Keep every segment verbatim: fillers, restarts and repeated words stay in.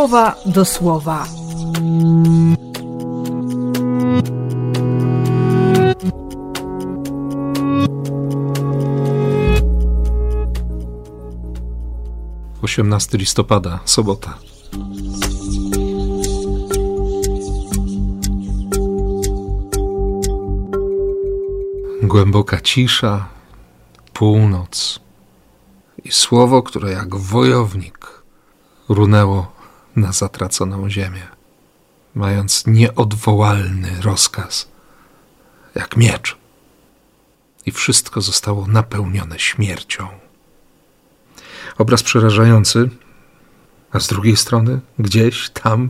słowa do słowa. osiemnastego listopada, sobota. Głęboka cisza, północ i słowo, które jak wojownik runęło na zatraconą ziemię, mając nieodwołalny rozkaz, jak miecz. I wszystko zostało napełnione śmiercią. Obraz przerażający, a z drugiej strony gdzieś tam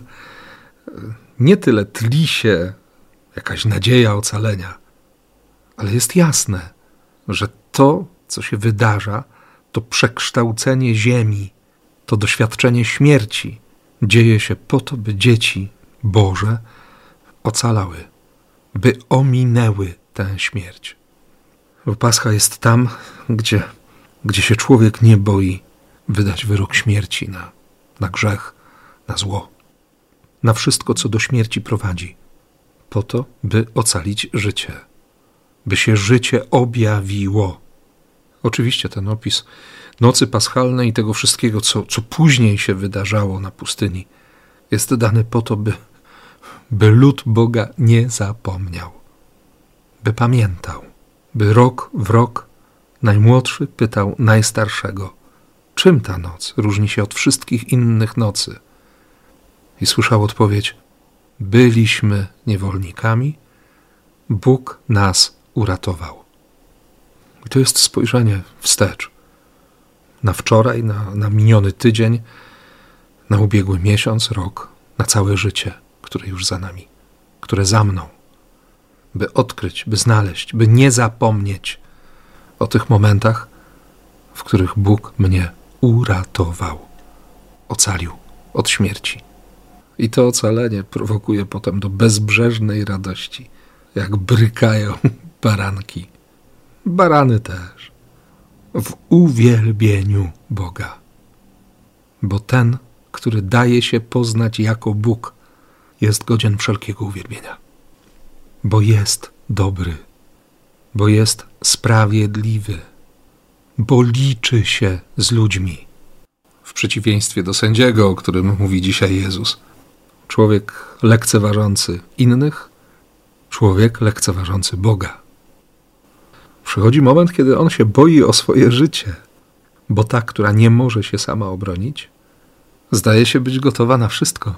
nie tyle tli się jakaś nadzieja ocalenia, ale jest jasne, że to, co się wydarza, to przekształcenie ziemi, to doświadczenie śmierci dzieje się po to, by dzieci Boże ocalały, by ominęły tę śmierć. Bo Pascha jest tam, gdzie, gdzie się człowiek nie boi wydać wyrok śmierci na, na grzech, na zło, na wszystko, co do śmierci prowadzi, po to, by ocalić życie, by się życie objawiło. Oczywiście ten opis nocy paschalnej i tego wszystkiego, co, co później się wydarzało na pustyni, jest dany po to, by, by lud Boga nie zapomniał, by pamiętał, by rok w rok najmłodszy pytał najstarszego, czym ta noc różni się od wszystkich innych nocy? I słyszał odpowiedź, byliśmy niewolnikami, Bóg nas uratował. I to jest spojrzenie wstecz. Na wczoraj, na, na miniony tydzień, na ubiegły miesiąc, rok, na całe życie, które już za nami, które za mną. By odkryć, by znaleźć, by nie zapomnieć o tych momentach, w których Bóg mnie uratował, ocalił od śmierci. I to ocalenie prowokuje potem do bezbrzeżnej radości, jak brykają baranki. Barany też. W uwielbieniu Boga. Bo ten, który daje się poznać jako Bóg, jest godzien wszelkiego uwielbienia. Bo jest dobry. Bo jest sprawiedliwy. Bo liczy się z ludźmi. W przeciwieństwie do sędziego, o którym mówi dzisiaj Jezus. Człowiek lekceważący innych, człowiek lekceważący Boga. Przychodzi moment, kiedy on się boi o swoje życie, bo ta, która nie może się sama obronić, zdaje się być gotowa na wszystko.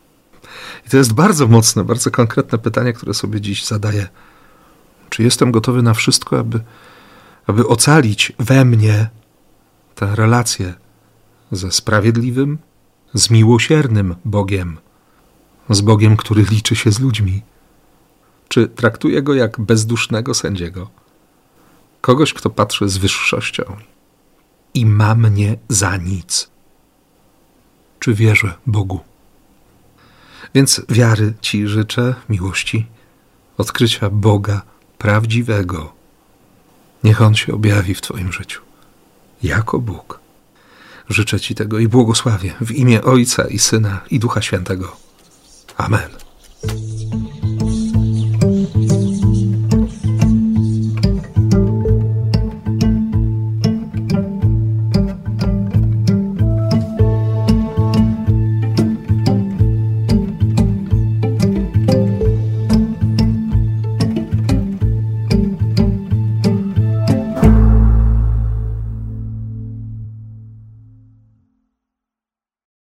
I to jest bardzo mocne, bardzo konkretne pytanie, które sobie dziś zadaję. Czy jestem gotowy na wszystko, aby, aby ocalić we mnie tę relację ze sprawiedliwym, z miłosiernym Bogiem, z Bogiem, który liczy się z ludźmi? Czy traktuję go jak bezdusznego sędziego? Kogoś, kto patrzy z wyższością i ma mnie za nic? Czy wierzę Bogu? Więc wiary Ci życzę, miłości, odkrycia Boga prawdziwego. Niech On się objawi w Twoim życiu jako Bóg. Życzę Ci tego i błogosławię w imię Ojca i Syna i Ducha Świętego. Amen.